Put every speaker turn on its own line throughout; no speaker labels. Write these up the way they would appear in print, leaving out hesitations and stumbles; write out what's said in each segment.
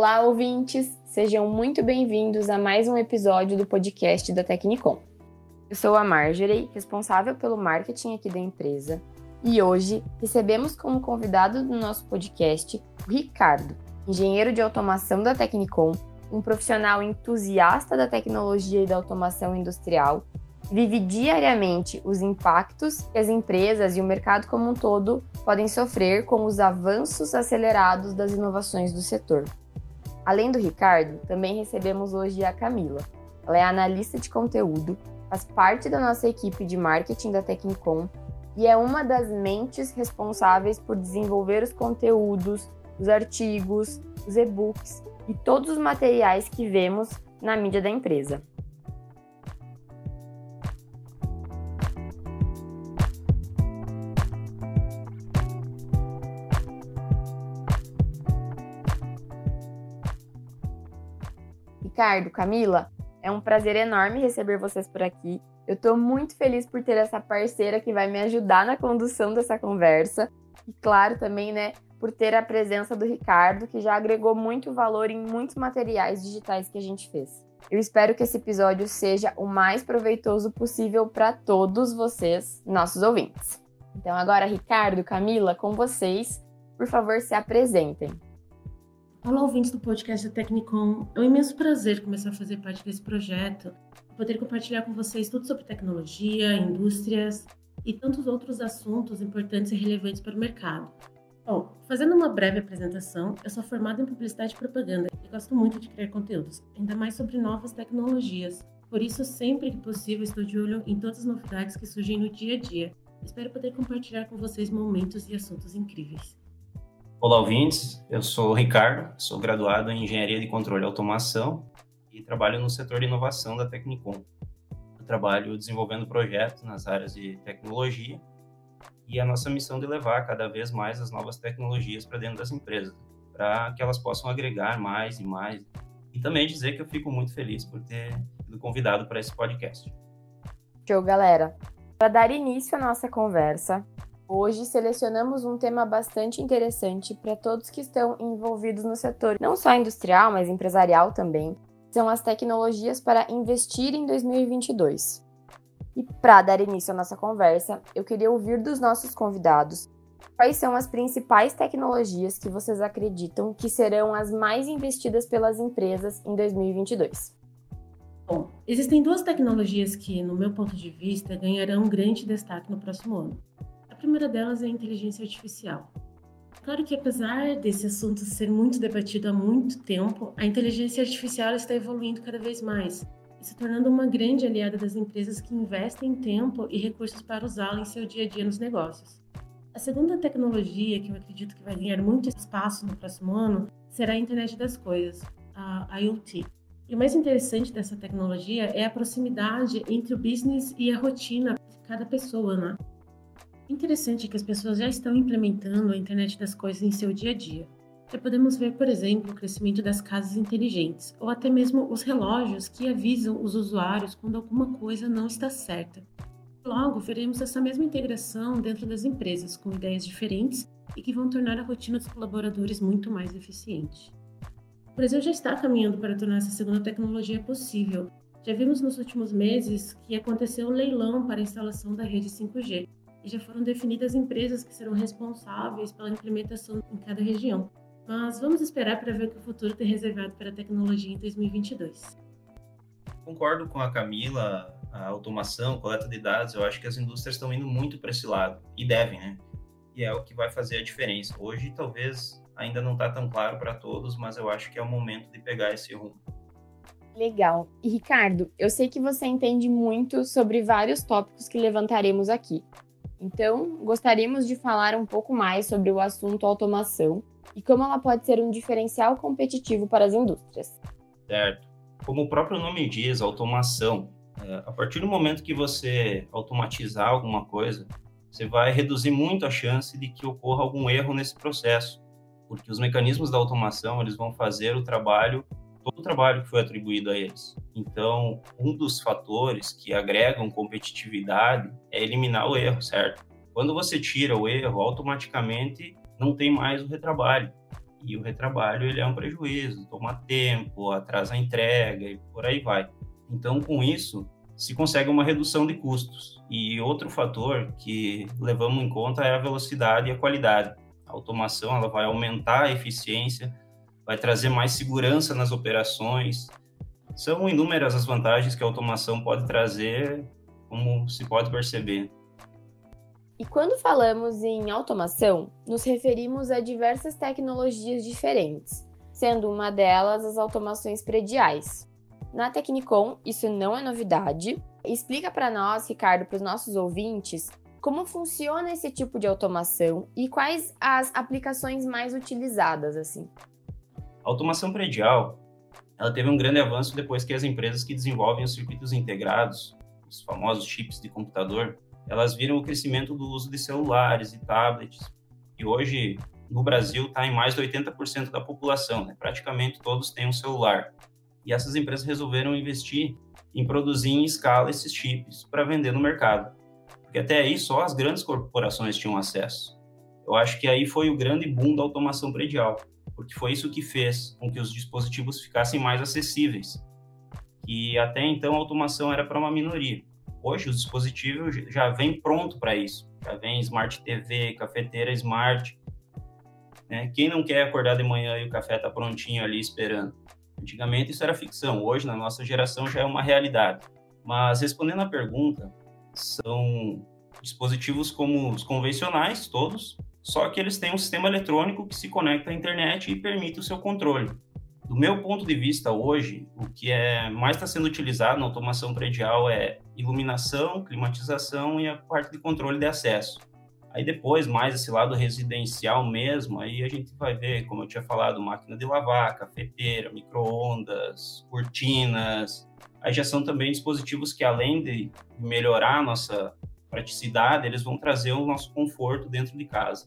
Olá, ouvintes! Sejam muito bem-vindos a mais um episódio do podcast da Tecnicom. Eu sou a Marjorie, responsável pelo marketing aqui da empresa, e hoje recebemos como convidado do nosso podcast o Ricardo, engenheiro de automação da Tecnicom, um profissional entusiasta da tecnologia e da automação industrial, que vive diariamente os impactos que as empresas e o mercado como um todo podem sofrer com os avanços acelerados das inovações do setor. Além do Ricardo, também recebemos hoje a Camila. Ela é analista de conteúdo, faz parte da nossa equipe de marketing da Tecnicom e é uma das mentes responsáveis por desenvolver os conteúdos, os artigos, os e-books e todos os materiais que vemos na mídia da empresa. Ricardo, Camila, é um prazer enorme receber vocês por aqui. Eu estou muito feliz por ter essa parceira que vai me ajudar na condução dessa conversa. E claro também, por ter a presença do Ricardo, que já agregou muito valor em muitos materiais digitais que a gente fez. Eu espero que esse episódio seja o mais proveitoso possível para todos vocês, nossos ouvintes. Então agora, Ricardo, Camila, com vocês, por favor, se apresentem.
Olá, ouvintes do podcast da Tecnicom. É um imenso prazer começar a fazer parte desse projeto, poder compartilhar com vocês tudo sobre tecnologia, indústrias e tantos outros assuntos importantes e relevantes para o mercado. Bom, fazendo uma breve apresentação, eu sou formada em publicidade e propaganda e gosto muito de criar conteúdos, ainda mais sobre novas tecnologias. Por isso, sempre que possível, estou de olho em todas as novidades que surgem no dia a dia. Espero poder compartilhar com vocês momentos e assuntos incríveis.
Olá, ouvintes. Eu sou o Ricardo, sou graduado em Engenharia de Controle e Automação e trabalho no setor de inovação da Tecnicom. Eu trabalho desenvolvendo projetos nas áreas de tecnologia e a nossa missão de levar cada vez mais as novas tecnologias para dentro das empresas, para que elas possam agregar mais e mais. E também dizer que eu fico muito feliz por ter sido convidado para esse podcast.
Show, galera! Para dar início à nossa conversa, hoje selecionamos um tema bastante interessante para todos que estão envolvidos no setor, não só industrial, mas empresarial também. São as tecnologias para investir em 2022. E para dar início à nossa conversa, eu queria ouvir dos nossos convidados quais são as principais tecnologias que vocês acreditam que serão as mais investidas pelas empresas em 2022.
Bom, existem duas tecnologias que, no meu ponto de vista, ganharão grande destaque no próximo ano. A primeira delas é a inteligência artificial. Claro que, apesar desse assunto ser muito debatido há muito tempo, a inteligência artificial está evoluindo cada vez mais e se tornando uma grande aliada das empresas que investem tempo e recursos para usá-la em seu dia a dia nos negócios. A segunda tecnologia que eu acredito que vai ganhar muito espaço no próximo ano será a internet das coisas, a IoT. E o mais interessante dessa tecnologia é a proximidade entre o business e a rotina de cada pessoa, Interessante que as pessoas já estão implementando a internet das coisas em seu dia a dia. Já podemos ver, por exemplo, o crescimento das casas inteligentes, ou até mesmo os relógios que avisam os usuários quando alguma coisa não está certa. Logo, veremos essa mesma integração dentro das empresas, com ideias diferentes e que vão tornar a rotina dos colaboradores muito mais eficiente. O Brasil já está caminhando para tornar essa segunda tecnologia possível. Já vimos nos últimos meses que aconteceu um leilão para a instalação da rede 5G, e já foram definidas empresas que serão responsáveis pela implementação em cada região. Mas vamos esperar para ver o que o futuro tem reservado para a tecnologia em 2022.
Concordo com a Camila, a automação, coleta de dados, eu acho que as indústrias estão indo muito para esse lado, e devem, E é o que vai fazer a diferença. Hoje, talvez, ainda não está tão claro para todos, mas eu acho que é o momento de pegar esse rumo.
Legal. E Ricardo, eu sei que você entende muito sobre vários tópicos que levantaremos aqui. Então, gostaríamos de falar um pouco mais sobre o assunto automação e como ela pode ser um diferencial competitivo para as indústrias.
Certo. Como o próprio nome diz, automação. A partir do momento que você automatizar alguma coisa, você vai reduzir muito a chance de que ocorra algum erro nesse processo, porque os mecanismos da automação eles vão fazer todo o trabalho que foi atribuído a eles. Então, um dos fatores que agregam competitividade é eliminar o erro, certo? Quando você tira o erro, automaticamente não tem mais o retrabalho. E o retrabalho, ele é um prejuízo, toma tempo, atrasa a entrega e por aí vai. Então, com isso, se consegue uma redução de custos. E outro fator que levamos em conta é a velocidade e a qualidade. A automação, ela vai aumentar a eficiência, vai trazer mais segurança nas operações. São inúmeras as vantagens que a automação pode trazer, como se pode perceber.
E quando falamos em automação, nos referimos a diversas tecnologias diferentes, sendo uma delas as automações prediais. Na Tecnicom, isso não é novidade. Explica para nós, Ricardo, para os nossos ouvintes, como funciona esse tipo de automação e quais as aplicações mais utilizadas, assim.
A automação predial, ela teve um grande avanço depois que as empresas que desenvolvem os circuitos integrados, os famosos chips de computador, elas viram o crescimento do uso de celulares e tablets, e hoje, no Brasil, está em mais de 80% da população, né? Praticamente todos têm um celular. E essas empresas resolveram investir em produzir em escala esses chips para vender no mercado. Porque até aí só as grandes corporações tinham acesso. Eu acho que aí foi o grande boom da automação predial, porque foi isso que fez com que os dispositivos ficassem mais acessíveis. E até então a automação era para uma minoria. Hoje os dispositivos já vêm pronto para isso. Já vem Smart TV, cafeteira Smart. Né? Quem não quer acordar de manhã e o café está prontinho ali esperando? Antigamente isso era ficção, hoje na nossa geração já é uma realidade. Mas respondendo à pergunta, são dispositivos como os convencionais, todos, só que eles têm um sistema eletrônico que se conecta à internet e permite o seu controle. Do meu ponto de vista hoje, o que mais está sendo utilizado na automação predial é iluminação, climatização e a parte de controle de acesso. Aí depois, mais esse lado residencial mesmo, aí a gente vai ver, como eu tinha falado, máquina de lavar, cafeteira, micro-ondas, cortinas. Aí já são também dispositivos que, além de melhorar a nossa praticidade, eles vão trazer o nosso conforto dentro de casa.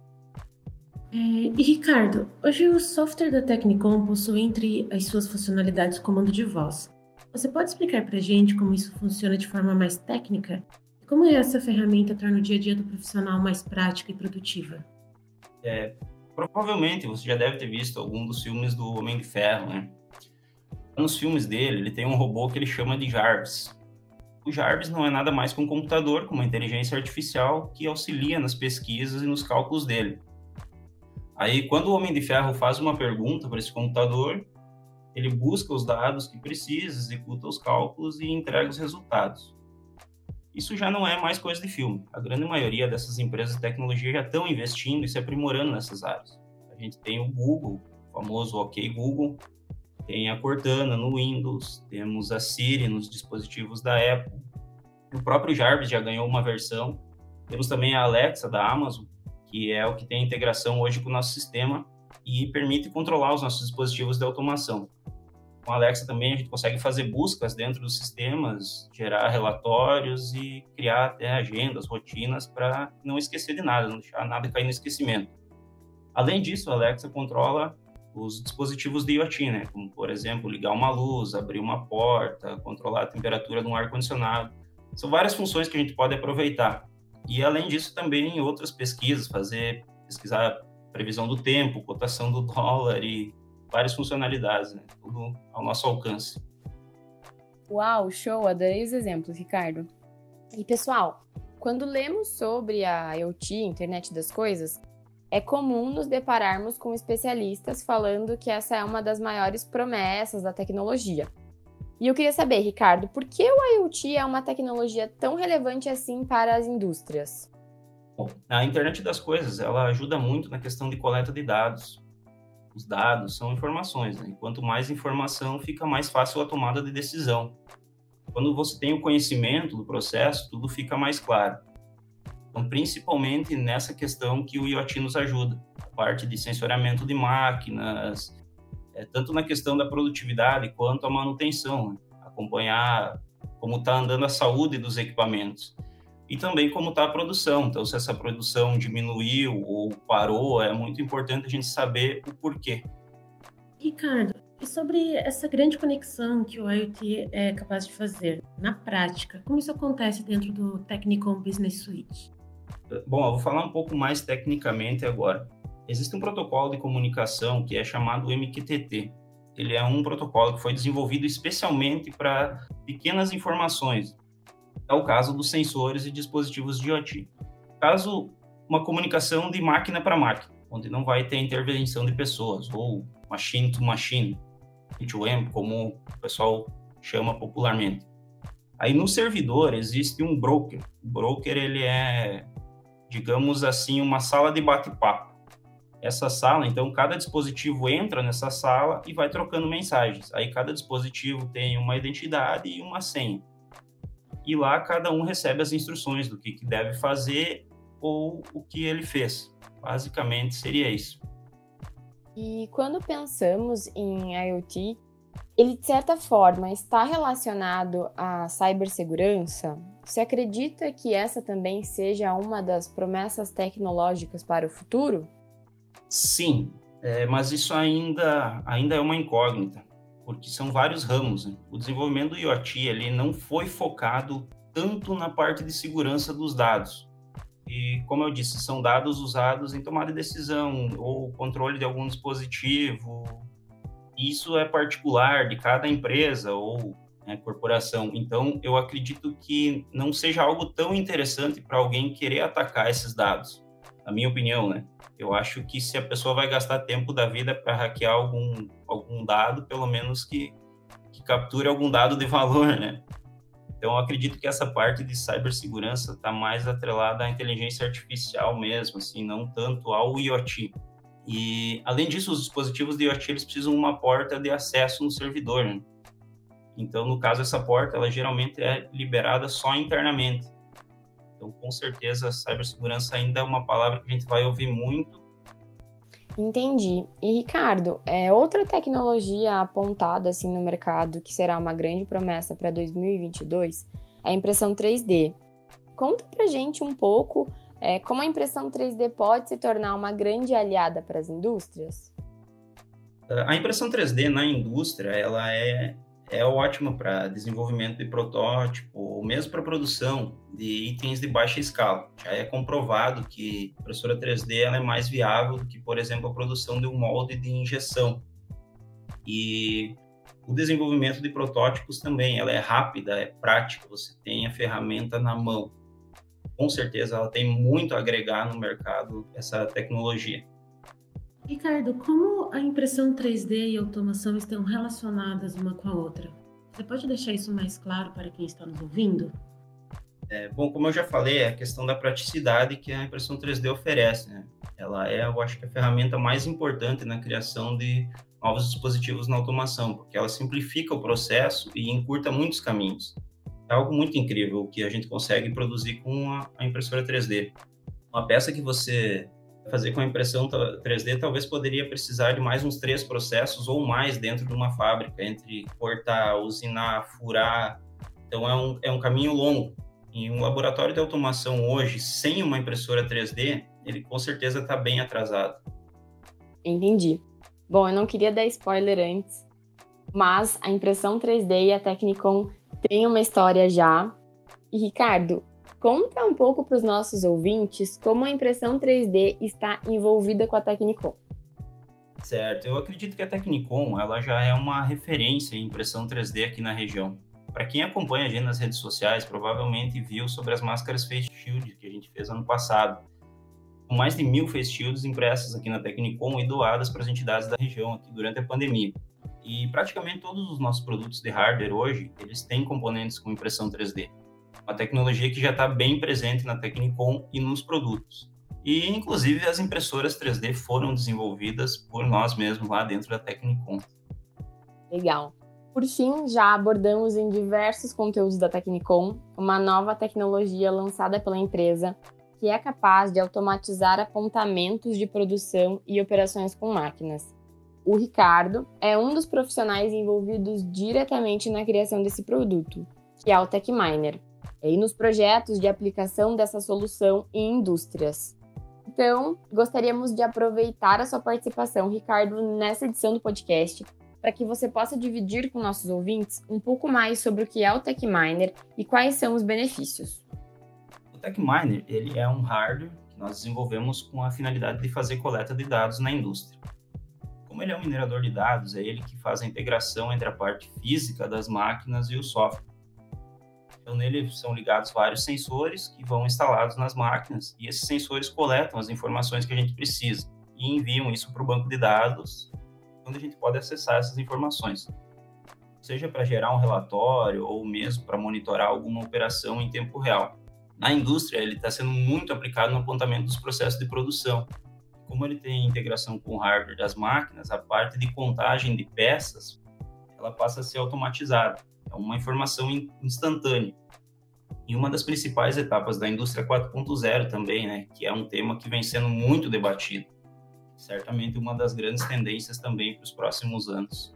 E Ricardo, hoje o software da Tecnicom possui entre as suas funcionalidades comando de voz. Você pode explicar para a gente como isso funciona de forma mais técnica? E como essa ferramenta torna o dia a dia do profissional mais prática e produtiva?
Provavelmente você já deve ter visto algum dos filmes do Homem de Ferro, né? Nos filmes dele, ele tem um robô que ele chama de Jarvis. O Jarvis não é nada mais que um computador com uma inteligência artificial que auxilia nas pesquisas e nos cálculos dele. Aí, quando o Homem de Ferro faz uma pergunta para esse computador, ele busca os dados que precisa, executa os cálculos e entrega os resultados. Isso já não é mais coisa de filme. A grande maioria dessas empresas de tecnologia já estão investindo e se aprimorando nessas áreas. A gente tem o Google, o famoso OK Google, tem a Cortana no Windows, temos a Siri nos dispositivos da Apple. O próprio Jarvis já ganhou uma versão. Temos também a Alexa da Amazon, que é o que tem integração hoje com o nosso sistema e permite controlar os nossos dispositivos de automação. Com a Alexa também a gente consegue fazer buscas dentro dos sistemas, gerar relatórios e criar até agendas, rotinas para não esquecer de nada, não deixar nada cair no esquecimento. Além disso, a Alexa controla os dispositivos de IoT, né? Como, por exemplo, ligar uma luz, abrir uma porta, controlar a temperatura de um ar-condicionado. São várias funções que a gente pode aproveitar. E, além disso, também em outras pesquisas, pesquisar previsão do tempo, cotação do dólar e várias funcionalidades, né? Tudo ao nosso alcance.
Uau, show! Adorei os exemplos, Ricardo. E, pessoal, quando lemos sobre a IoT, Internet das Coisas, é comum nos depararmos com especialistas falando que essa é uma das maiores promessas da tecnologia. E eu queria saber, Ricardo, por que o IoT é uma tecnologia tão relevante assim para as indústrias?
Bom, a Internet das Coisas, ela ajuda muito na questão de coleta de dados. Os dados são informações, né? E quanto mais informação, fica mais fácil a tomada de decisão. Quando você tem o conhecimento do processo, tudo fica mais claro. Então, principalmente nessa questão que o IoT nos ajuda. A parte de sensoriamento de máquinas, tanto na questão da produtividade quanto a manutenção, né? Acompanhar como está andando a saúde dos equipamentos e também como está a produção. Então, se essa produção diminuiu ou parou, é muito importante a gente saber o porquê.
Ricardo, e sobre essa grande conexão que o IoT é capaz de fazer na prática, como isso acontece dentro do Tecnicom Business Suite?
Bom, eu vou falar um pouco mais tecnicamente agora. Existe um protocolo de comunicação que é chamado MQTT. Ele é um protocolo que foi desenvolvido especialmente para pequenas informações. É o caso dos sensores e dispositivos de IoT. Caso uma comunicação de máquina para máquina, onde não vai ter intervenção de pessoas, ou machine to machine, M2M, como o pessoal chama popularmente. Aí no servidor existe um broker. O broker, ele é, digamos assim, uma sala de bate-papo. Essa sala, então, cada dispositivo entra nessa sala e vai trocando mensagens. Aí cada dispositivo tem uma identidade e uma senha. E lá cada um recebe as instruções do que deve fazer ou o que ele fez. Basicamente seria isso.
E quando pensamos em IoT, ele de certa forma está relacionado à cibersegurança? Você acredita que essa também seja uma das promessas tecnológicas para o futuro?
Sim, mas isso ainda é uma incógnita, porque são vários ramos, né? O desenvolvimento do IoT ele não foi focado tanto na parte de segurança dos dados. E, como eu disse, são dados usados em tomada de decisão ou controle de algum dispositivo. Isso é particular de cada empresa ou corporação. Então, eu acredito que não seja algo tão interessante para alguém querer atacar esses dados. Na minha opinião, né? Eu acho que se a pessoa vai gastar tempo da vida para hackear algum dado, pelo menos que capture algum dado de valor, né? Então, eu acredito que essa parte de cibersegurança está mais atrelada à inteligência artificial mesmo, assim, não tanto ao IoT. E, além disso, os dispositivos de IoT eles precisam de uma porta de acesso no servidor, né? Então, no caso, essa porta, ela geralmente é liberada só internamente. Então, com certeza, cibersegurança ainda é uma palavra que a gente vai ouvir muito.
Entendi. E, Ricardo, outra tecnologia apontada assim, no mercado que será uma grande promessa para 2022 é a impressão 3D. Conta pra gente um pouco como a impressão 3D pode se tornar uma grande aliada para as indústrias?
A impressão 3D na indústria, ela é ótima para desenvolvimento de protótipo, ou mesmo para produção de itens de baixa escala. Já é comprovado que a impressora 3D ela é mais viável do que, por exemplo, a produção de um molde de injeção. E o desenvolvimento de protótipos também, ela é rápida, é prática, você tem a ferramenta na mão. Com certeza, ela tem muito a agregar no mercado, essa tecnologia.
Ricardo, como a impressão 3D e a automação estão relacionadas uma com a outra? Você pode deixar isso mais claro para quem está nos ouvindo?
Bom, como eu já falei, é a questão da praticidade que a impressão 3D oferece, né? Ela eu acho que a ferramenta mais importante na criação de novos dispositivos na automação, porque ela simplifica o processo e encurta muitos caminhos. É algo muito incrível que a gente consegue produzir com a impressora 3D. Uma peça que você fazer com a impressão 3D talvez poderia precisar de mais uns 3 processos ou mais dentro de uma fábrica, entre cortar, usinar, furar. Então é um caminho longo. E um laboratório de automação hoje, sem uma impressora 3D, ele com certeza está bem atrasado.
Entendi. Bom, eu não queria dar spoiler antes, mas a impressão 3D e a Tecnicom têm uma história já. E, Ricardo, conta um pouco para os nossos ouvintes como a impressão 3D está envolvida com a Tecnicom.
Certo, eu acredito que a Tecnicom ela já é uma referência em impressão 3D aqui na região. Para quem acompanha a gente nas redes sociais, provavelmente viu sobre as máscaras Face Shield que a gente fez ano passado. Com mais de 1.000 Face Shields impressas aqui na Tecnicom e doadas para as entidades da região aqui durante a pandemia. E praticamente todos os nossos produtos de hardware hoje, eles têm componentes com impressão 3D. Uma tecnologia que já está bem presente na Tecnicom e nos produtos. E, inclusive, as impressoras 3D foram desenvolvidas por nós mesmos lá dentro da Tecnicom.
Legal. Por fim, já abordamos em diversos conteúdos da Tecnicom uma nova tecnologia lançada pela empresa que é capaz de automatizar apontamentos de produção e operações com máquinas. O Ricardo é um dos profissionais envolvidos diretamente na criação desse produto, que é o TechMiner, e nos projetos de aplicação dessa solução em indústrias. Então, gostaríamos de aproveitar a sua participação, Ricardo, nessa edição do podcast, para que você possa dividir com nossos ouvintes um pouco mais sobre o que é o TechMiner e quais são os benefícios.
O TechMiner, ele é um hardware que nós desenvolvemos com a finalidade de fazer coleta de dados na indústria. Como ele é um minerador de dados, é ele que faz a integração entre a parte física das máquinas e o software. Então, nele são ligados vários sensores que vão instalados nas máquinas, e esses sensores coletam as informações que a gente precisa e enviam isso para o banco de dados, onde a gente pode acessar essas informações, seja para gerar um relatório ou mesmo para monitorar alguma operação em tempo real. Na indústria, ele está sendo muito aplicado no apontamento dos processos de produção. Como ele tem integração com o hardware das máquinas, a parte de contagem de peças, ela passa a ser automatizada. É uma informação instantânea. E uma das principais etapas da indústria 4.0 também, né, que é um tema que vem sendo muito debatido. Certamente uma das grandes tendências também para os próximos anos.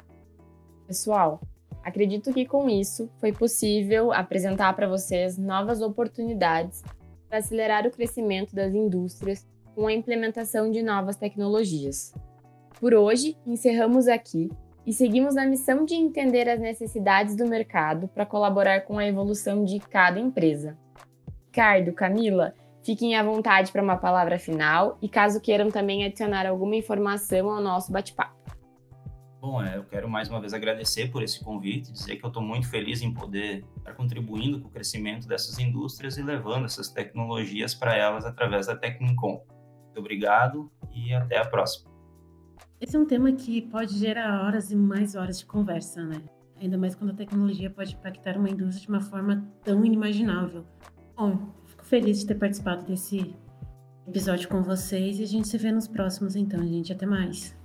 Pessoal, acredito que com isso foi possível apresentar para vocês novas oportunidades para acelerar o crescimento das indústrias com a implementação de novas tecnologias. Por hoje, encerramos aqui e seguimos na missão de entender as necessidades do mercado para colaborar com a evolução de cada empresa. Ricardo, Camila, fiquem à vontade para uma palavra final e caso queiram também adicionar alguma informação ao nosso bate-papo.
Bom, eu quero mais uma vez agradecer por esse convite, dizer que eu estou muito feliz em poder estar contribuindo com o crescimento dessas indústrias e levando essas tecnologias para elas através da Tecnicom. Muito obrigado e até a próxima.
Esse é um tema que pode gerar horas e mais horas de conversa, né? Ainda mais quando a tecnologia pode impactar uma indústria de uma forma tão inimaginável. Bom, fico feliz de ter participado desse episódio com vocês e a gente se vê nos próximos então, gente. Até mais.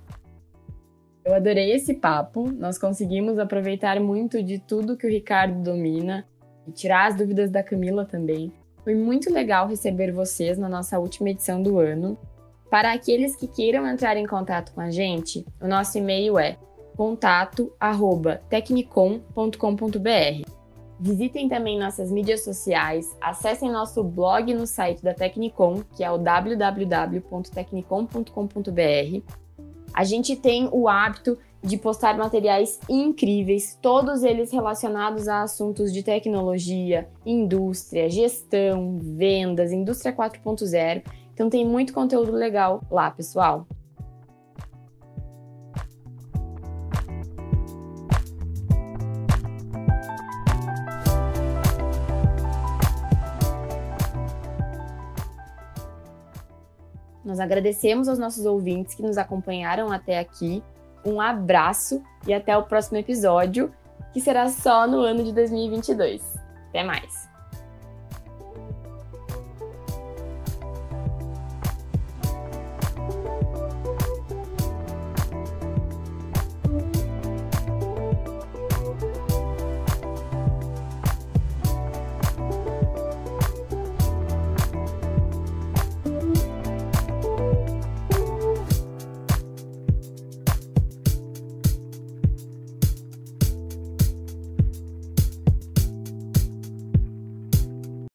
Eu adorei esse papo, nós conseguimos aproveitar muito de tudo que o Ricardo domina e tirar as dúvidas da Camila também. Foi muito legal receber vocês na nossa última edição do ano. Para aqueles que queiram entrar em contato com a gente, o nosso e-mail é contato@tecnicom.com.br. Visitem também nossas mídias sociais, acessem nosso blog no site da Tecnicom, que é o www.tecnicom.com.br. A gente tem o hábito de postar materiais incríveis, todos eles relacionados a assuntos de tecnologia, indústria, gestão, vendas, indústria 4.0. Então tem muito conteúdo legal lá, pessoal. Nós agradecemos aos nossos ouvintes que nos acompanharam até aqui. Um abraço e até o próximo episódio, que será só no ano de 2022. Até mais!